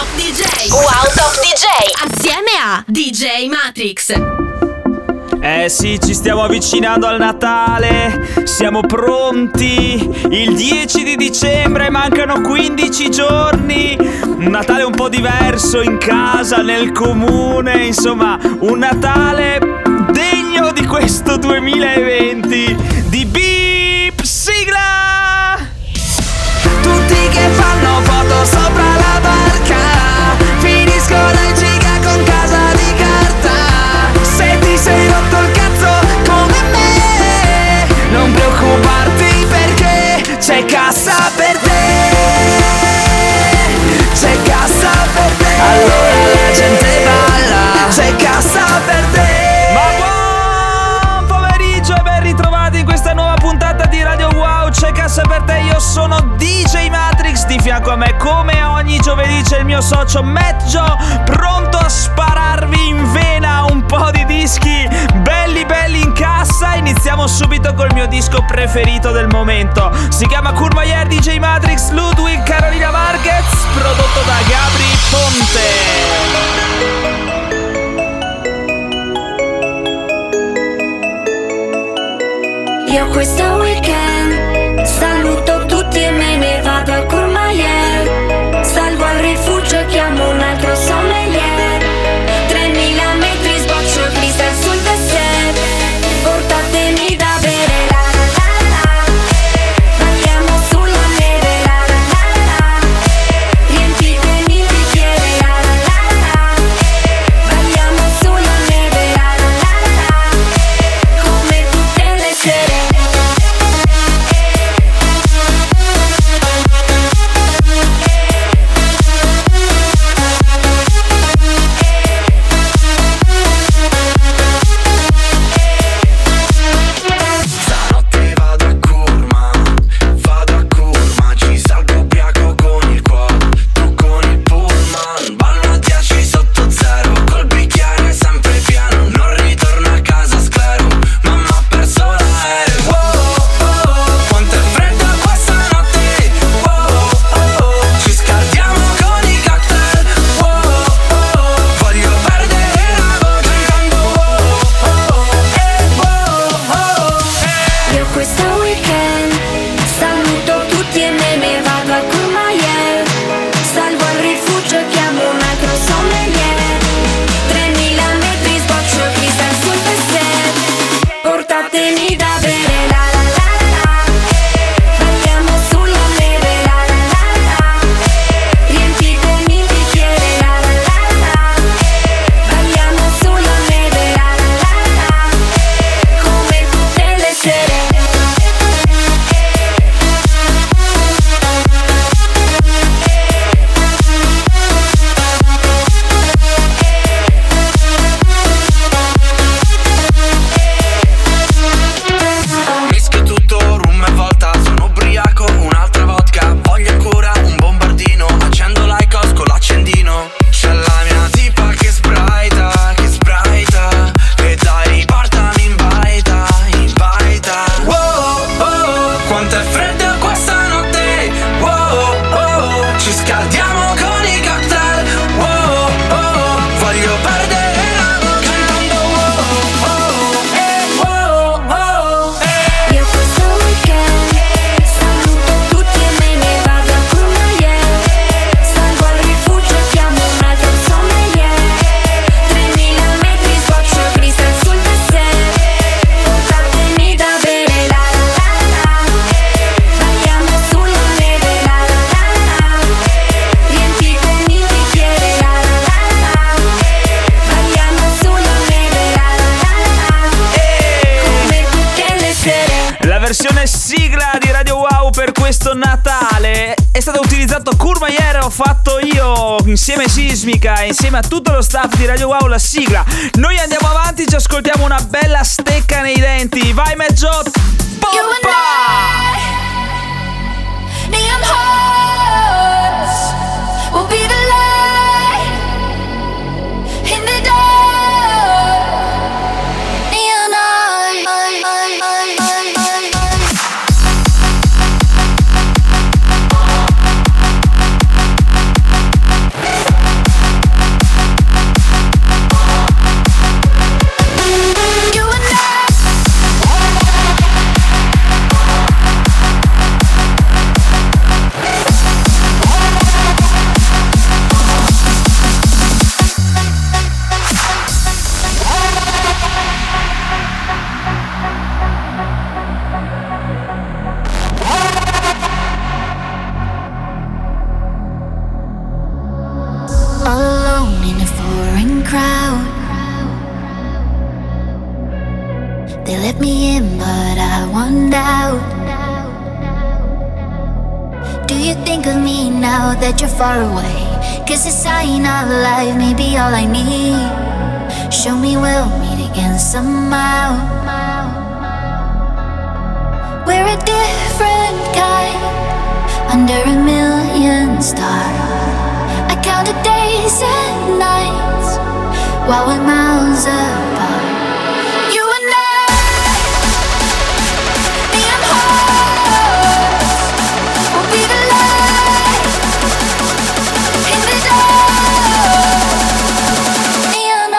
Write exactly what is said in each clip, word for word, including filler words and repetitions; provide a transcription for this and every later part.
Top D J. Wow Top D J assieme a D J Matrix. Eh sì, ci stiamo avvicinando al Natale, siamo pronti, il dieci di dicembre, mancano quindici giorni, un Natale un po' diverso in casa, nel comune, insomma, un Natale degno di questo duemilaventi, di Beep, sigla! Tutti che fanno foto sopra la barca, finiscono in giga con casa di carta. Se ti sei rotto il cazzo come me, non preoccuparti perché c'è cassa per te, c'è cassa per te. Allora la gente balla, c'è cassa per te. Ma buon pomeriggio e ben ritrovati in questa nuova puntata di Radio Wow, c'è cassa per te. Io sono D J Matrix, di fianco a me come ogni giovedì c'è il mio socio Matt Joe, pronto a spararvi in vena un po' di dischi belli belli in cassa. Iniziamo subito col mio disco preferito del momento, si chiama Courmayeur D J Matrix Ludwig Carolina Marquez, prodotto da Gabri Ponte. Io questo weekend saluto tutti e me ne vado al Courmayeur, salgo al rifugio e chiamo un altro sommelier, tremila metri sboccio cristal sul dessert, portatemi da bere la la la la, balliamo sulla neve la la la la, riempitemi il bicchiere la la la la, balliamo sulla neve la la la la, come tutte le sere. versione sigla di Radio Wow per questo Natale. È stato utilizzato Courmayeur, ho fatto io insieme a Sismica e insieme a tutto lo staff di Radio Wow la sigla. Noi andiamo avanti, ci ascoltiamo una bella stecca nei denti. Vai Mezzo, pompa! gathering crowd. They let me in, but I want out. Do you think of me now that you're far away? 'Cause a sign of life may be all I need. Show me we'll meet again somehow. We're a different kind, under a million stars. I counted days and nights while we're miles apart. You and I, neon hearts, will be the light in the dark. Neon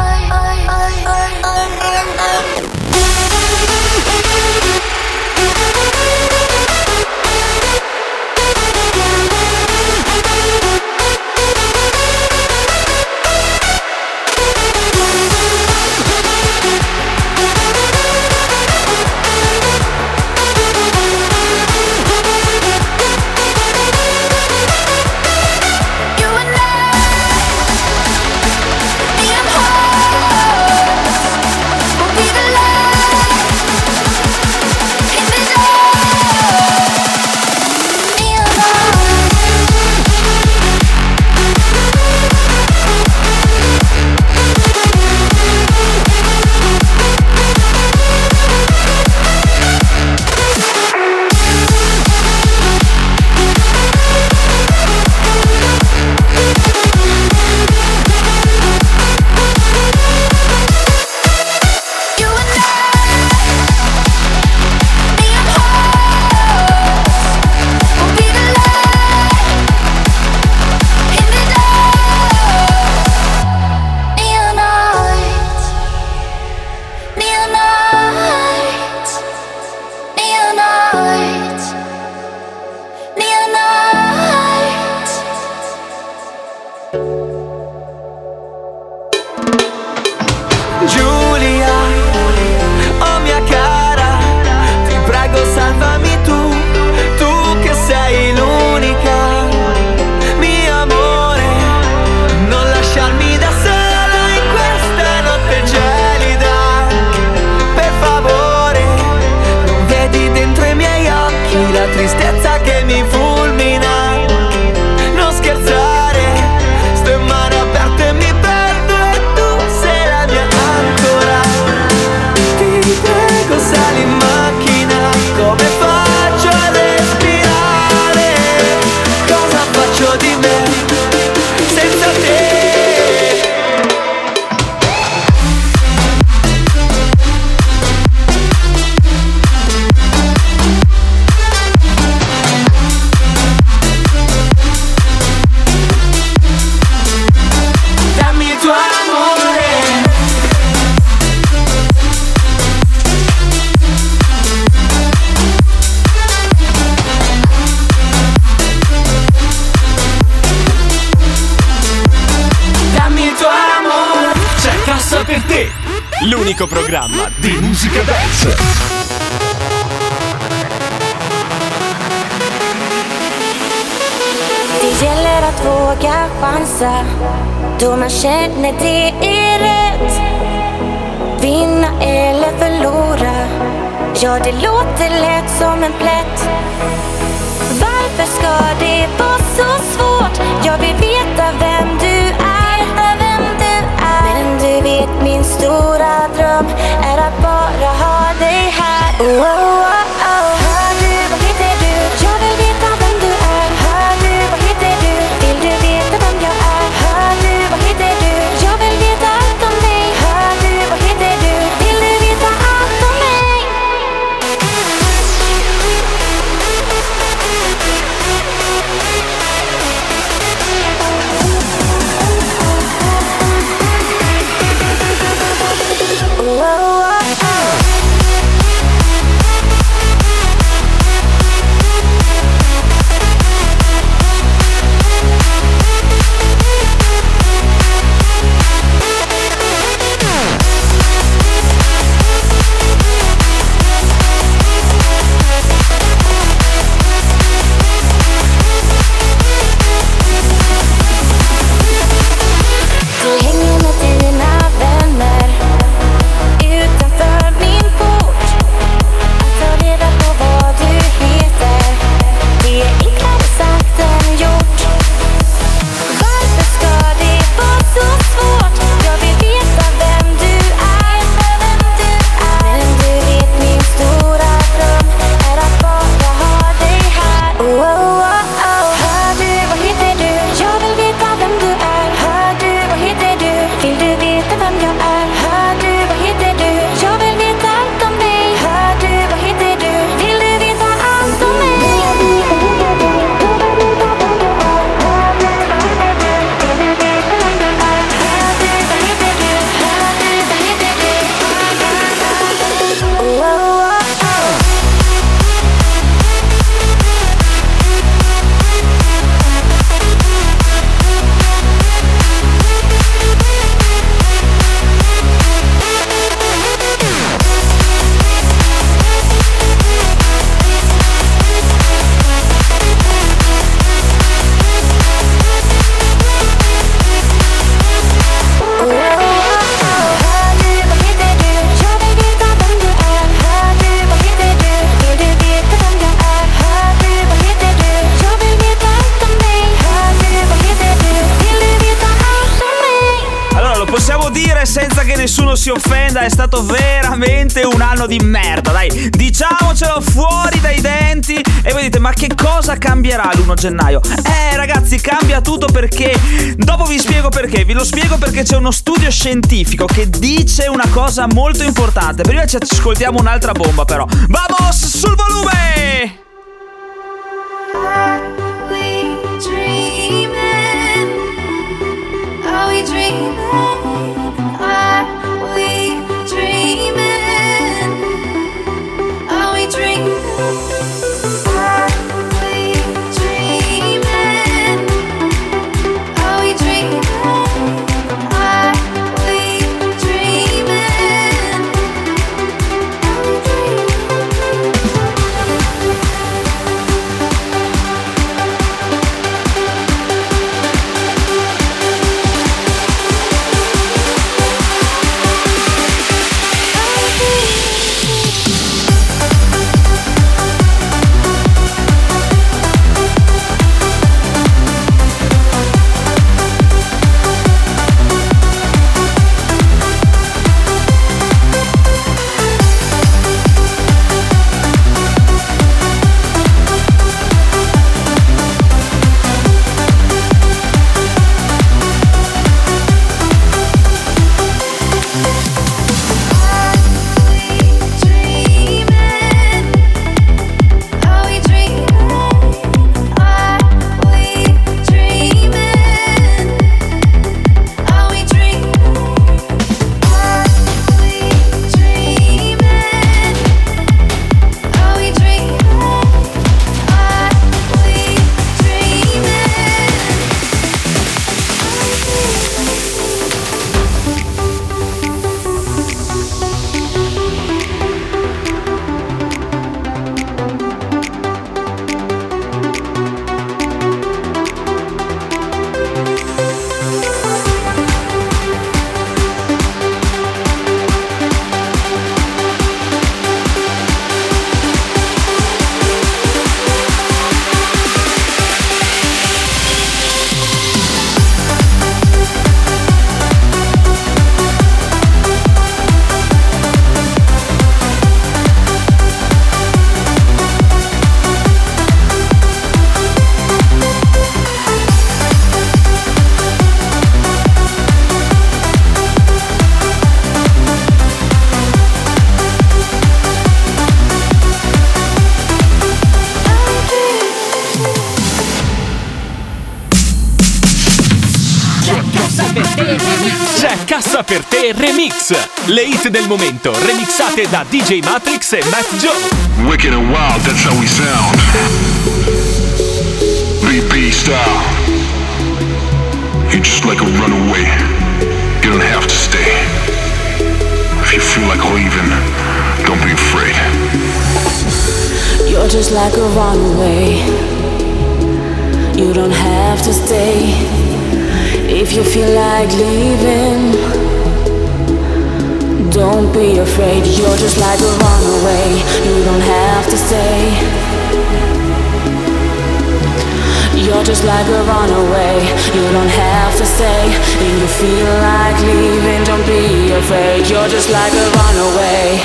L'unico programma di musica dance. Det gäller att våga chansa då man känner det är rätt. Vinna eller förlora, ja det låter lätt som en plätt. Varför ska det vara så svårt? Jag vill veta vem du är, vem du är. Men du vet min stora dröm är att bara ha dig här. Oh, oh, oh, oh. Hör du, vad heter du? Jag vill veta vem du är. Hör du, vad heter du? Vill du veta vem jag är? Hör du, vad heter du? Jag vill veta allt om dig. Hör du, vad heter du? Vill du veta allt om mig? che nessuno si offenda, è stato veramente un anno di merda, dai, diciamocelo fuori dai denti. E voi dite, ma che cosa cambierà l'primo gennaio? Eh ragazzi, cambia tutto, perché dopo vi spiego perché. Vi lo spiego perché c'è uno studio scientifico che dice una cosa molto importante. Prima ci ascoltiamo un'altra bomba però. Vamos, sul volume! Are we dreaming? Are we dreaming? Are we dreaming? Are we dreaming? Are we dreaming? Are we dreaming? Are we dreaming? C'è Cassa per te Remix, le hit del momento remixate da D J Matrix e Matt Joe. Wicked and wild, that's how we sound. B B style. You're just like a runaway. You don't have to stay. If you feel like leaving, don't be afraid. You're just like a runaway. You don't have to stay. If you feel like leaving, don't be afraid. You're just like a runaway. You don't have to stay. You're just like a runaway. You don't have to stay. If you feel like leaving, don't be afraid. You're just like a runaway.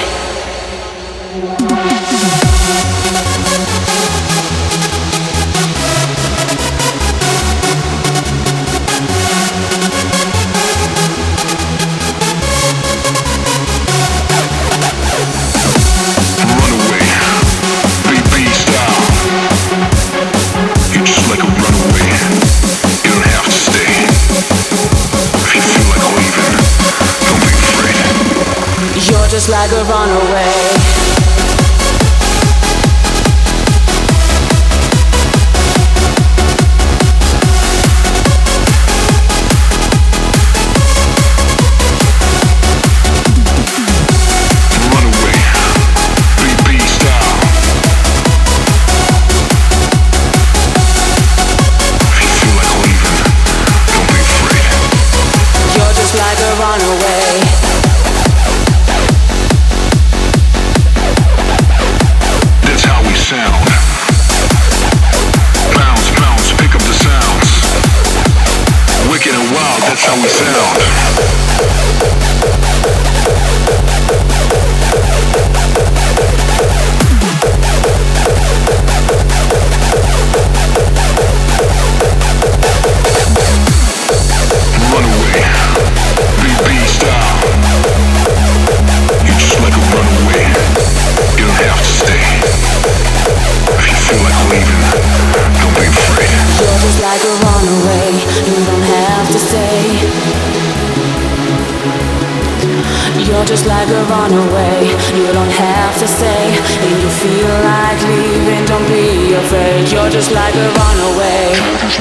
Just like a runaway. out, that's how we sound. Runaway, B B style. You're just like a runaway. You don't have to stay. If you feel like leaving, don't be afraid. You're just like a runaway, you don't have to stay. You're just like a runaway, you don't have to stay. If you feel like leaving, don't be afraid. You're just like a runaway.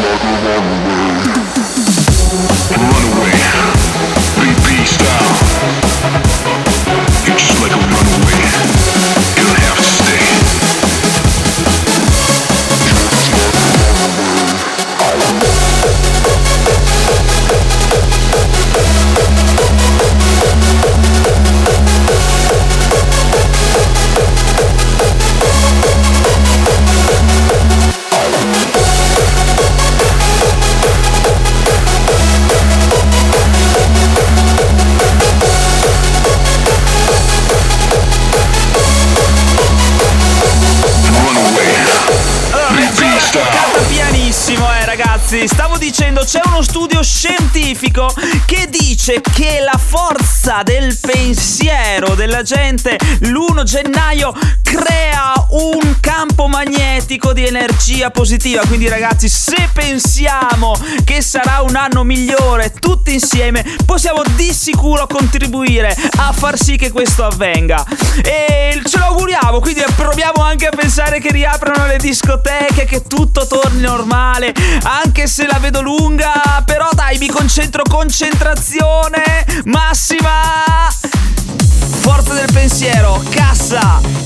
Runaway, B B style. You're just like a runaway. You don't have to stay. Stavo dicendo, c'è uno studio scientifico che dice che la forza del pensiero della gente l'primo gennaio crea un campo magnetico di energia positiva. Quindi ragazzi, se pensiamo che sarà un anno migliore tutti insieme, possiamo di sicuro contribuire a far sì che questo avvenga. E ce lo auguriamo, quindi proviamo anche a pensare che riaprano le discoteche, che tutto torni normale, anche se la vedo lunga, però dai, mi concentro, concentrazione massima, forza del pensiero, cassa.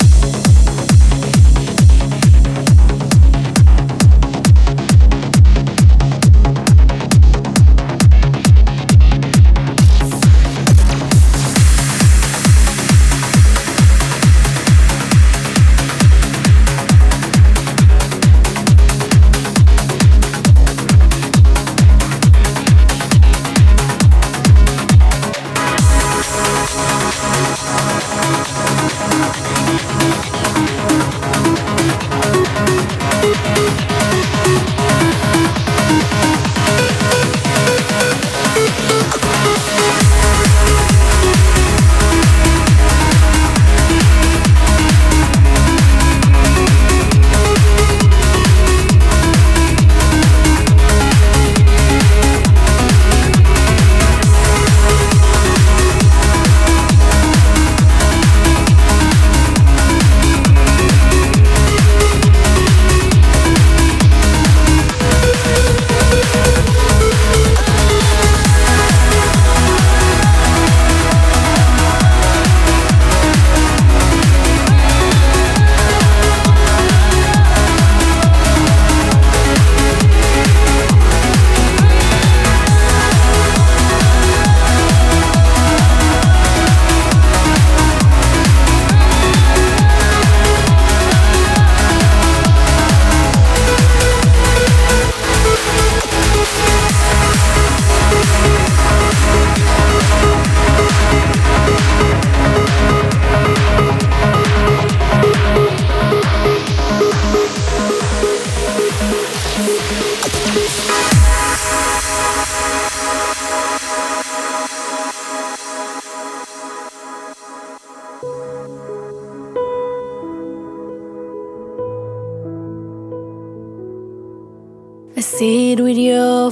I sit with your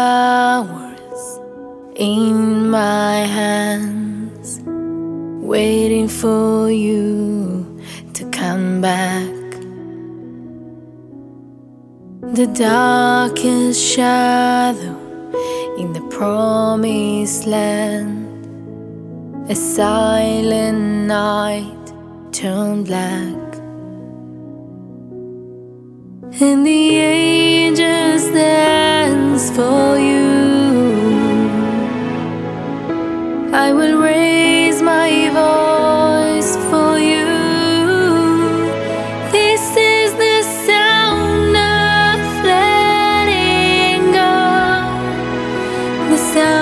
flowers in my hands, waiting for you to come back. The darkest shadow in the promised land, a silent night turned black. And the angels dance for you. I will raise my voice for you. This is the sound of letting go, the sound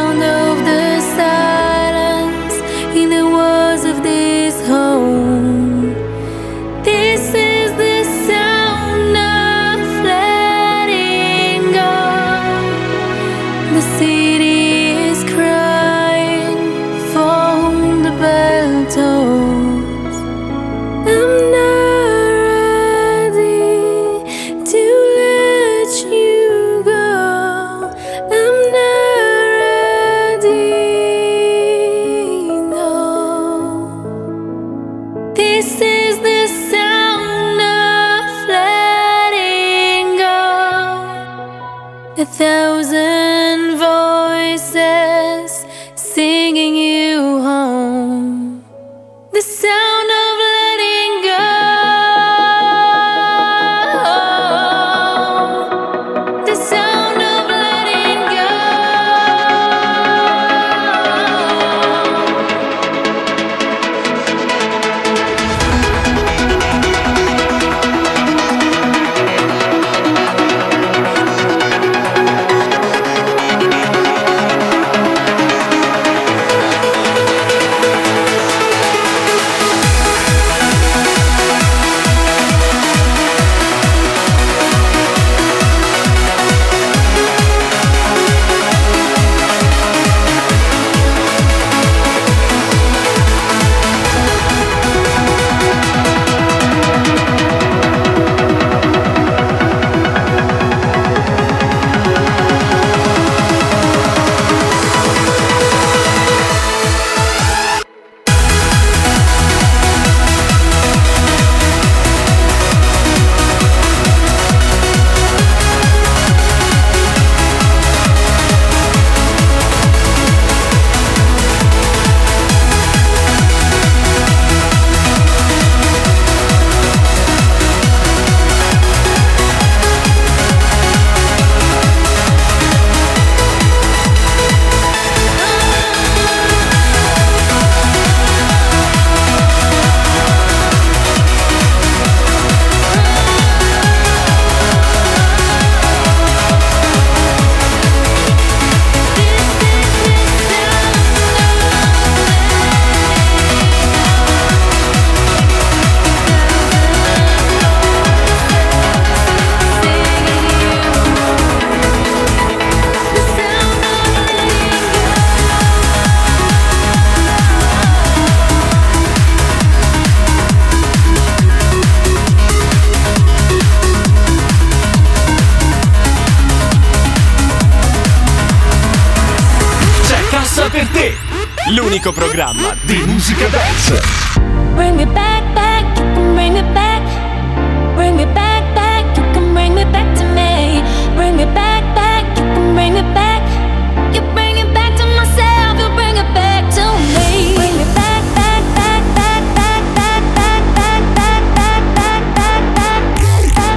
per te, l'unico programma di musica dance. Bring me back, back, you can bring me back. Bring me back, back, you can bring me back to me. Bring me back, back, you can bring me back. You bring it back to myself, you bring it back to me. Bring me back, back, back, back, back, back, back, back, back, back, back, back,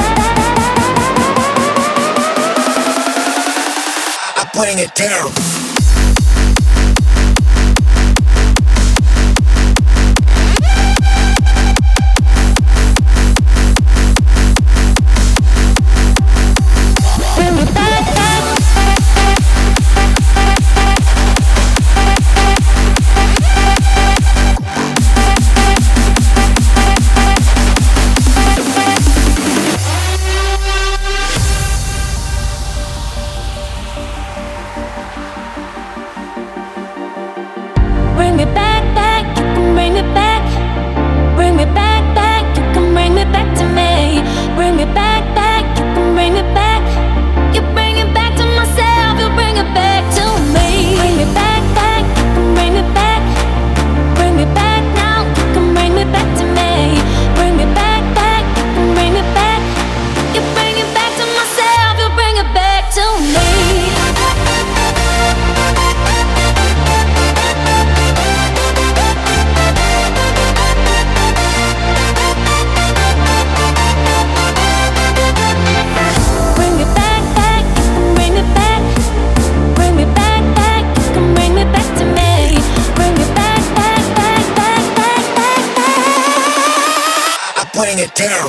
back. I'm putting it down. Bring me back, back, you can bring me back. Bring me back, back, you can bring me back to me. Bring me back, back, you can bring me back. You bring it back to myself, you bring it back to me. Bring me back, back, you can bring me back. Bring me back now, you can bring me back to me. Bring me back, back, you can bring me back. You bring it back to myself, you bring it back to me. Bring me back, back, you can bring me back. Bring me back, back, you can bring me back to me. Bring me back, back, back, back, back, back, back. I'm putting it down.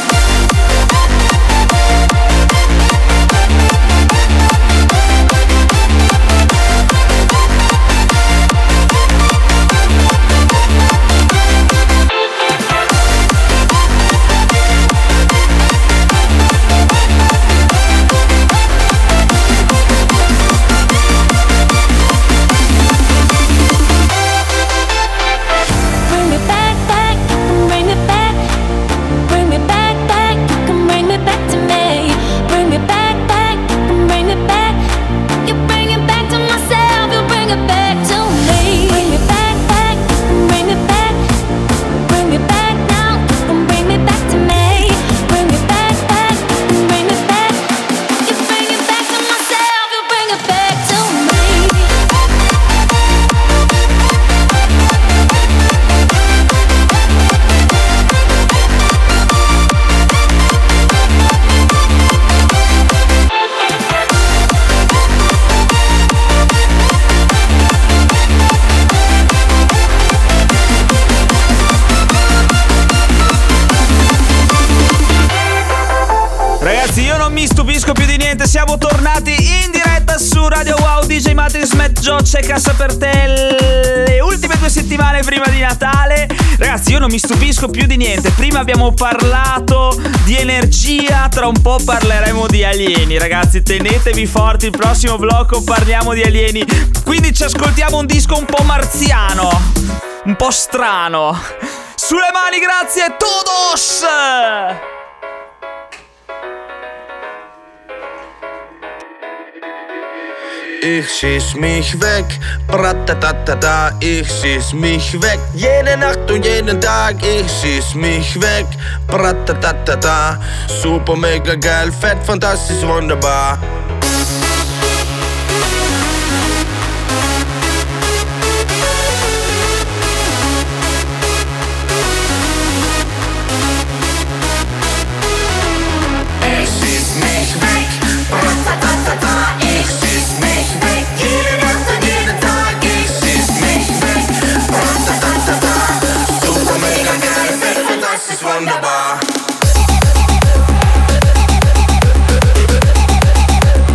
Bring me back, back, you can bring me back. Bring me back, back, you can bring me back to me. Bring me back, back, you can bring me back. You bring it back to myself, you bring it back to me. Bring me back, back, you can bring me back. Bring me back now, you can bring me back to me. Bring me back, back, you can bring me back. You bring it back to myself, you bring it back to me. Ragazzi, io non mi stupisco più di niente. Siamo tornati in diretta su Radio Wow. D J Matrix, Matt Gio, c'è Cassa per te. Le ultime due settimane prima di Natale. Ragazzi, io non mi stupisco più di niente. Prima abbiamo parlato di energia, tra un po' parleremo di alieni. Ragazzi, tenetevi forti, il prossimo blocco parliamo di alieni. Quindi ci ascoltiamo un disco un po' marziano, un po' strano. Sulle mani, grazie, todos! Ich schieß mich weg, bratatatata, ich schieß mich weg. Jede Nacht und jeden Tag, ich schieß mich weg, bratatatata. Super, mega geil, fett, fantastisch, wunderbar. Ich schieß mich weg, bratatatata, ich schieß mich weg. Jede Nacht und jeden Tag, ich schieß mich weg, bratatatata. Super, mega geil, fett, fantastisch, wunderbar.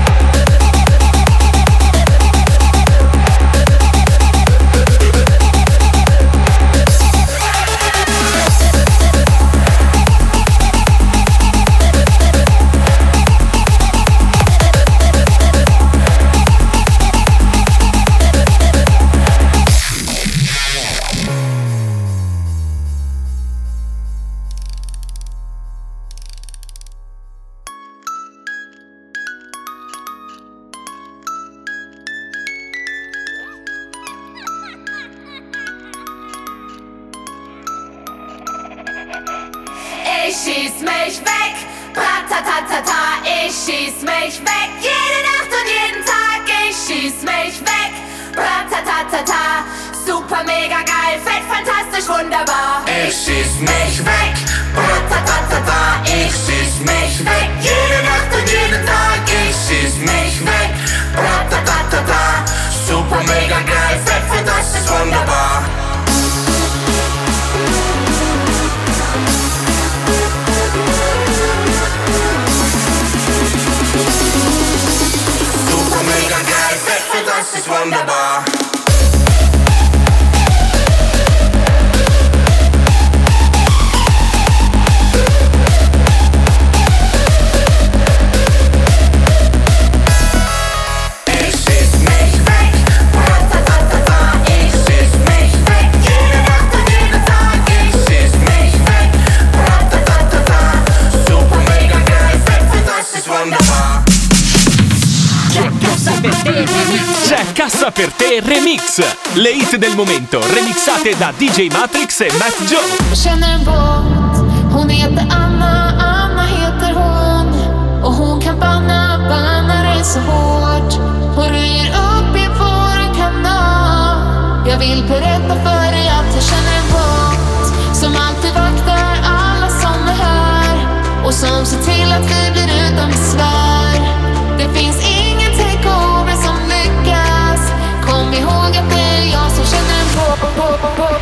schieß mich weg. Ratatatata, ich schieß mich weg. Jede Nacht und jeden Tag, ich schieß mich weg. Ratatatata, super mega geil, fett, fantastisch, wunderbar. Ich schieß mich weg. Ratatatata, ich schieß mich weg. Jede Nacht und jeden Tag, ich schieß mich weg. Ratatatata, super mega geil, fett, fantastisch, wunderbar. Super mega geil, fett, fantastisch, wunderbar. C'è Cassa per te Remix, le hit del momento remixate da D J Matrix e Matt Joe. Jag känner en båt, hon heter Anna, Anna heter hon. Och hon kan banna, banna dig så hårt. Och röjer upp i våran kanal. Jag vill berätta för dig att jag känner en båt som alltid vaktar alla som är här. Och som ser till att vi blir utan besvär. Det finns ingen takeover som lyckas. Kom ihåg att det är jag som känner en båt.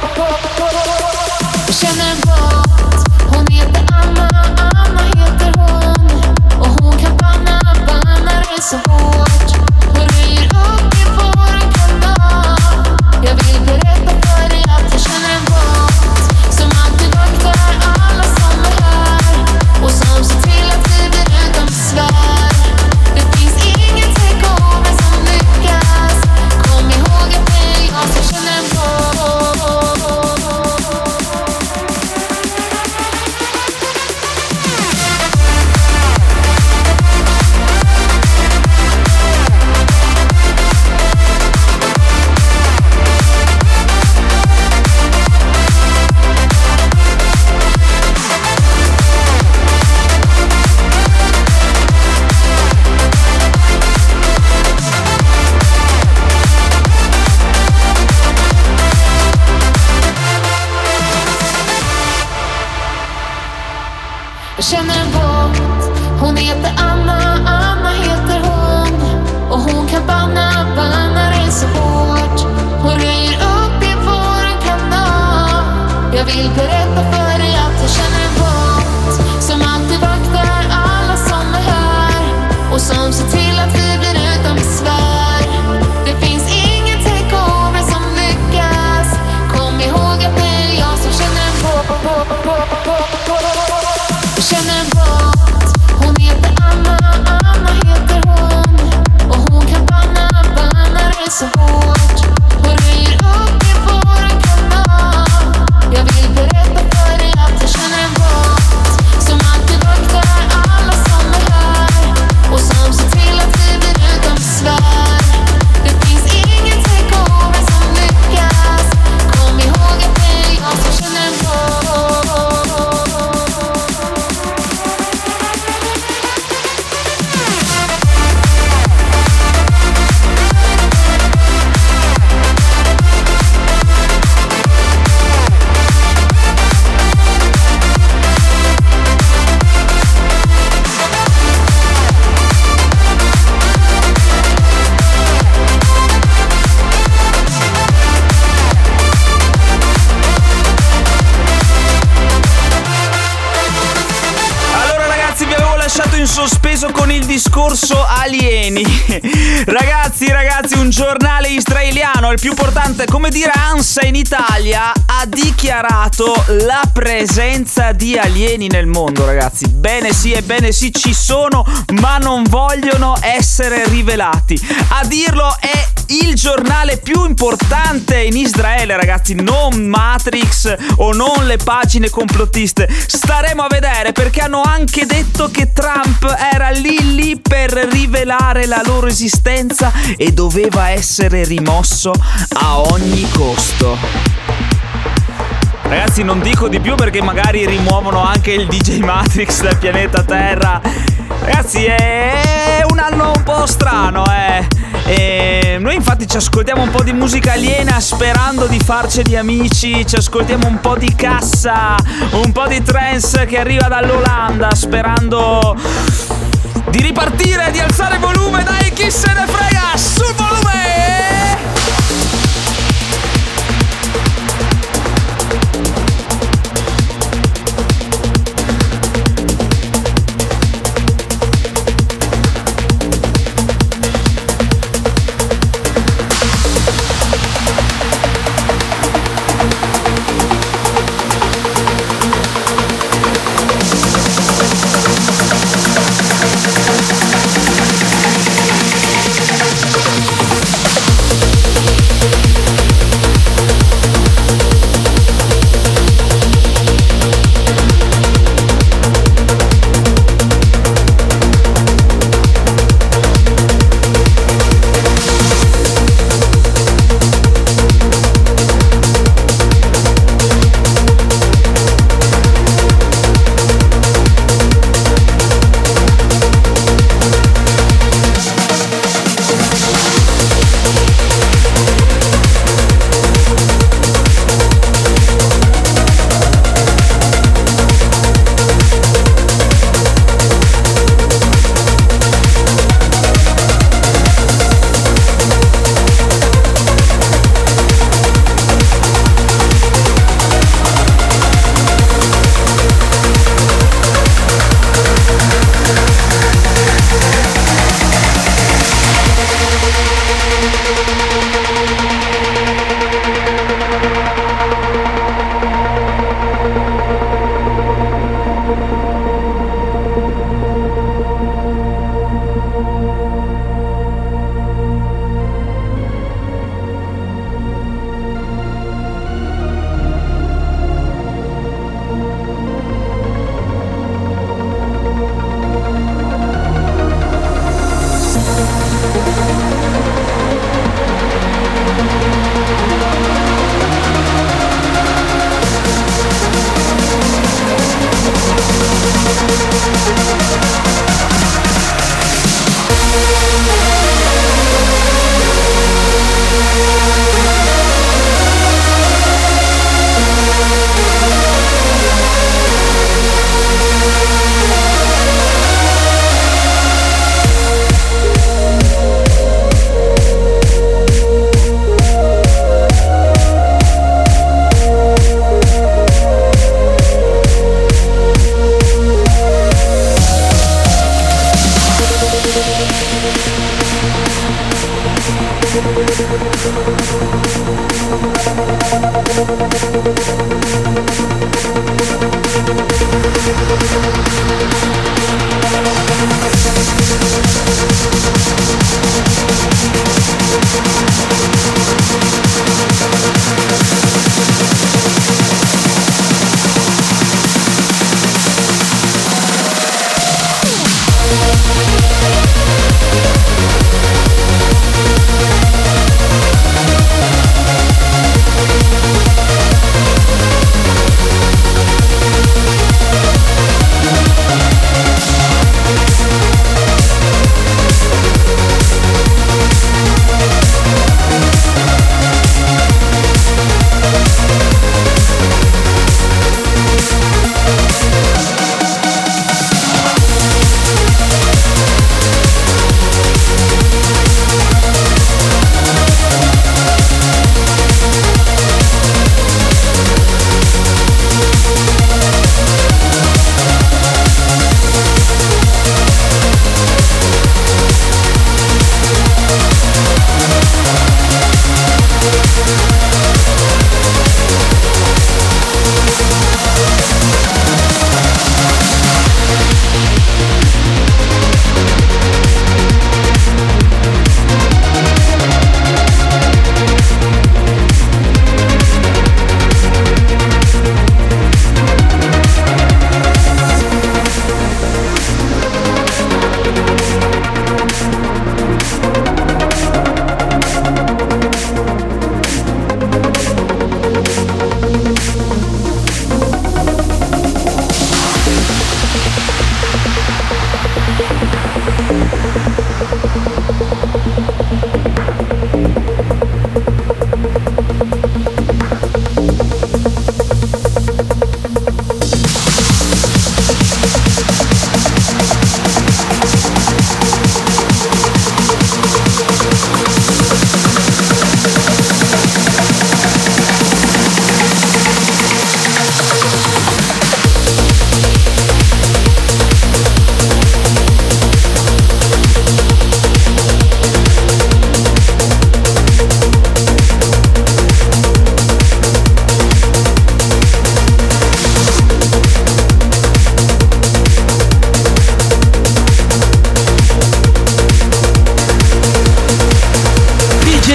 Jag känner en båt, hon heter Anna, Anna heter hon. Och hon kan banna, banna dig så hårt. Och röjer upp i våran kanal. Jag vill berätta för dig att jag känner en båt som alltid vaktar alla som är här. Och som ser till att vi blir utan besvär. Det finns ingen takeover som lyckas. Kom ihåg att det är jag som känner en båt. Jag känner en båt, hon heter Anna, Anna heter hon. Och hon kan banna, banna dig så hårt. Hon röjer upp i våran kanal. Jag vill berätta för dig att jag känner en båt som alltid vaktar alla som är här. Och som ser till att vi blir utan besvär. Det finns ingen takeover som lyckas. Kom ihåg att det är jag som känner en båt. Jag känner en båt, hon heter Anna, Anna heter hon. Och hon kan banna, banna dig så hårt. Och röjer upp i våran kanal. Jag vill berätta för dig att jag känner en båt som alltid vaktar alla som är här. Och som ser till att vi blir utan besvär. Det finns ingen takeover som lyckas. Kom ihåg att det är jag som känner en båt. In sospeso con il discorso alieni. Ragazzi, ragazzi, un giornale israeliano, il più importante, come dire ANSA in Italia, ha dichiarato la presenza di alieni nel mondo, ragazzi. Bene sì, ebbene sì, ci sono, ma non vogliono essere rivelati. A dirlo è il giornale più importante in Israele, ragazzi, non Matrix o non le pagine complottiste. Staremo a vedere, perché hanno anche detto che Trump era lì lì per rivelare la loro esistenza e doveva essere rimosso a ogni costo. Ragazzi, non dico di più perché magari rimuovono anche il D J Matrix dal pianeta Terra. Ragazzi, è un anno un po' strano, eh. E noi infatti ci ascoltiamo un po' di musica aliena sperando di farceli amici. Ci ascoltiamo un po' di cassa, un po' di trance che arriva dall'Olanda, sperando di ripartire, di alzare il volume. Dai, chi se ne frega, sul volume!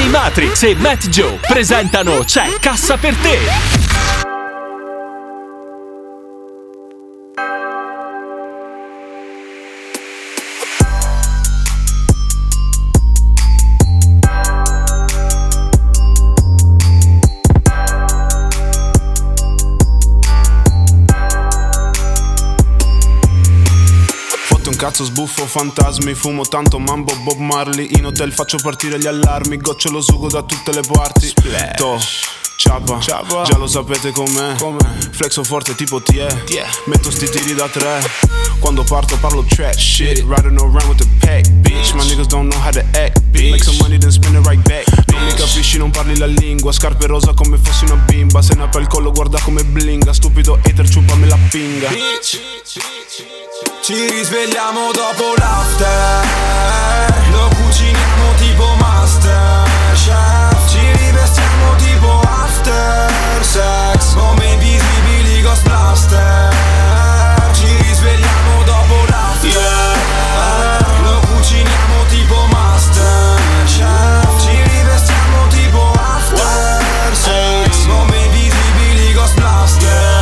D J Matrix e Matt Joe presentano C'è Cassa per te. Cazzo sbuffo fantasmi, fumo tanto mambo Bob Marley. In hotel faccio partire gli allarmi, gocciolo sugo da tutte le parti. To, ciapa, ciapa, già lo sapete com'è, com'è. Flexo forte tipo T E, metto sti tiri da tre. Quando parto parlo trap shit, riding around with the pack, bitch. My niggas don't know how to act, bitch. Make some money then spin it right back. Non mi capisci, non parli la lingua. Scarpe rosa come fossi una bimba. Se ne apre il collo guarda come blinga. Stupido hater ciupami la pinga, bitch. Ci risvegliamo dopo l'after, lo cuciniamo tipo Masterchef. Ci rivestiamo tipo after sex, come invisibili Ghost Blaster. Ci risvegliamo dopo l'after, lo cuciniamo tipo Masterchef. Ci rivestiamo tipo after sex, come invisibili Ghost Blaster.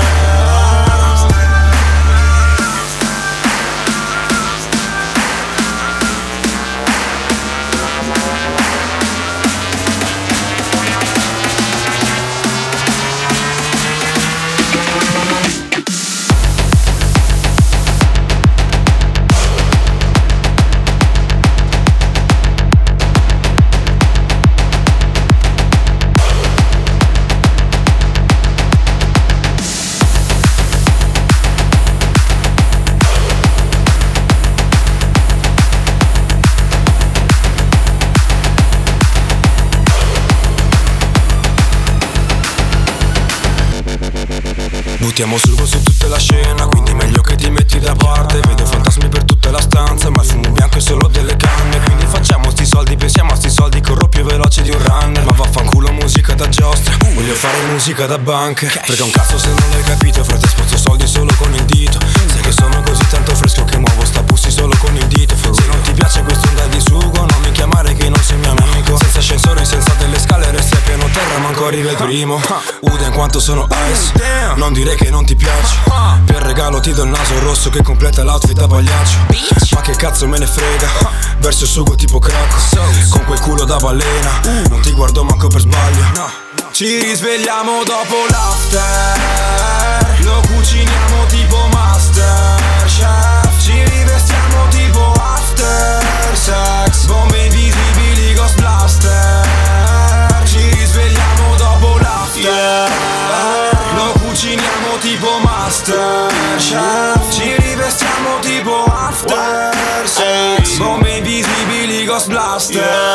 Buttiamo sugo su tutta la scena, quindi meglio che ti metti da parte. Vedo fantasmi per tutta la stanza, ma il fumo bianco è solo delle canne. Quindi facciamo sti soldi, pensiamo a sti soldi, corro più veloce di un runner. Ma vaffanculo musica da giostra, voglio fare musica da banche. Perché un cazzo se non l'hai capito, frate spozzo soldi solo con il dito. Sai che sono così tanto fresco che muovo sta pussi solo con il dito. Se non ti piace quest'onda di sugo, non mi chiamare che non sei mio amico. Senza ascensori, senza delle scale, resti a piano terra, manco arriva il primo. Uda in quanto sono ice, non direi che non ti piace. Per regalo ti do il naso rosso che completa l'outfit da pagliaccio. Ma che cazzo me ne frega, verso il sugo tipo crack, con quel culo da balena, non ti guardo manco per sbaglio. Ci risvegliamo dopo l'after, lo cuciniamo tipo Masterchef. Ci rivestiamo tipo after sex, bombe invisibili Ghost Blaster. Ci risvegliamo dopo l'after, lo cuciniamo tipo Masterchef. Ci rivestiamo tipo after sex, bombe invisibili Ghost Blaster.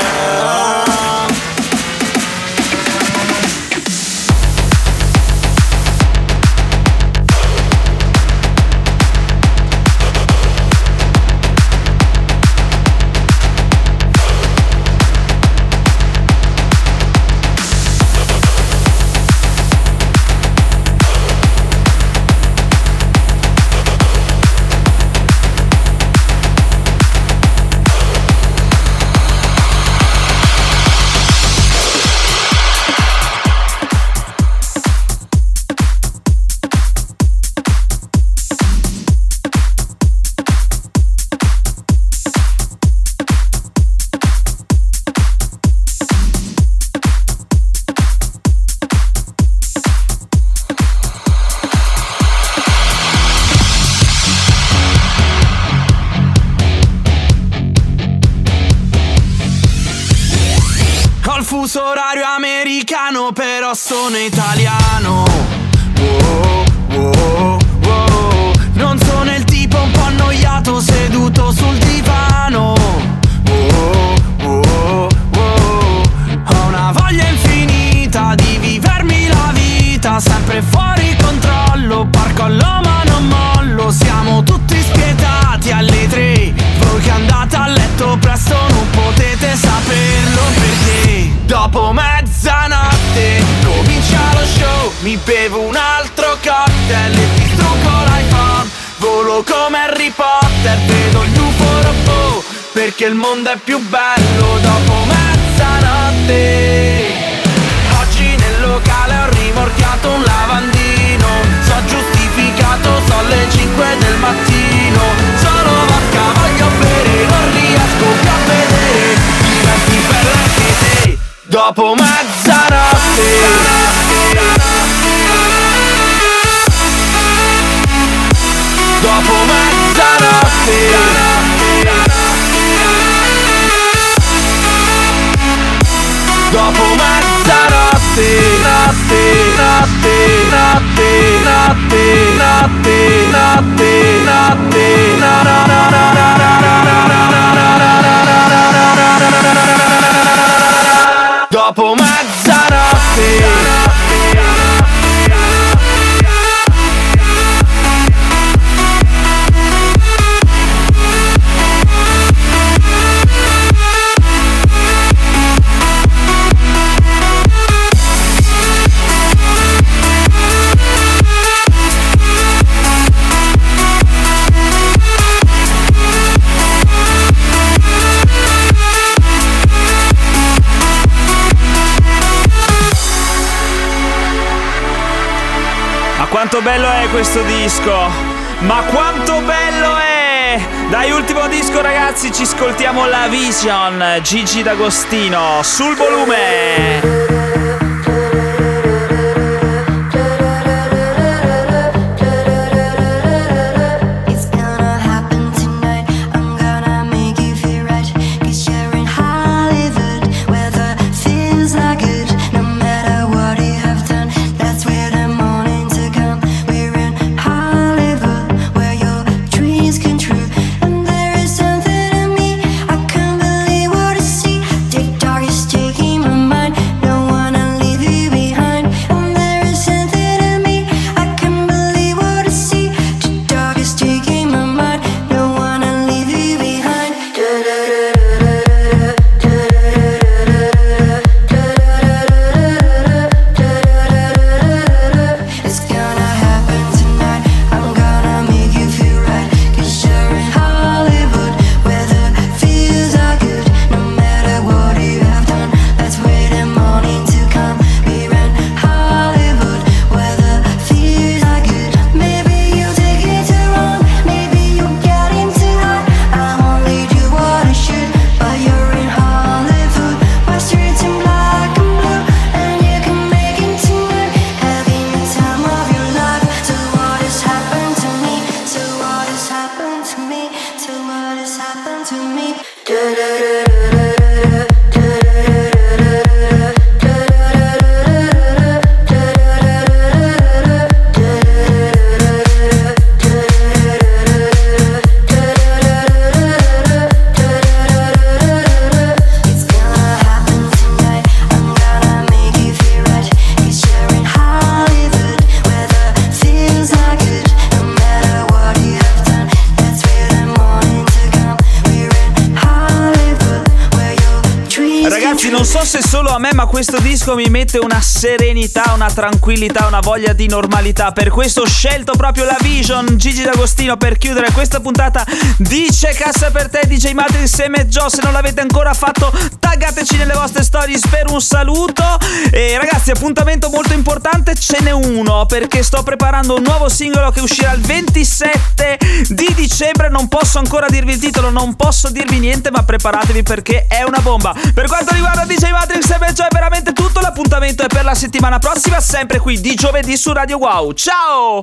Fuso orario americano, però sono italiano. Wow, wow, wow. Non sono il tipo un po' annoiato seduto sul divano. Wow, wow, wow. Ho una voglia infinita di vivermi la vita, sempre fuori controllo, parcollo ma non mollo. Siamo tutti spietati alle tre, voi che andate a letto presto non potete saperlo, perché dopo mezzanotte comincia lo show. Mi bevo un altro cocktail e distruggo l'iPhone. Volo come Harry Potter, vedo gli U F O robot, perché il mondo è più bello dopo mezzanotte. Dopo mezzanotte, dopo mezzanotte, dopo mezzanotte, notte, notte, notte, notte, notte, notte, notte, no, no, no, no, no, no, dopo mezzanotte. Quanto bello è questo disco! Ma quanto bello è! Dai, ultimo disco ragazzi, ci ascoltiamo La Vision, Gigi D'Agostino, sul volume! Taking my mind, no one non so se solo a me, ma questo disco mi mette una serenità, una tranquillità, una voglia di normalità. Per questo ho scelto proprio La Vision, Gigi D'Agostino, per chiudere questa puntata di C'è Cassa per te, D J Matrix insieme a Joe. Se non l'avete ancora fatto, taggateci nelle vostre stories per un saluto. E ragazzi, appuntamento molto importante, ce n'è uno, perché sto preparando un nuovo singolo che uscirà il ventisette di dicembre. Non posso ancora dirvi il titolo, non posso dirvi niente, ma preparatevi perché è una bomba. Per quanto riguarda D J Matrix e Joe è veramente tutto. L'appuntamento è per la settimana prossima, sempre qui di giovedì su Radio Wow. Ciao!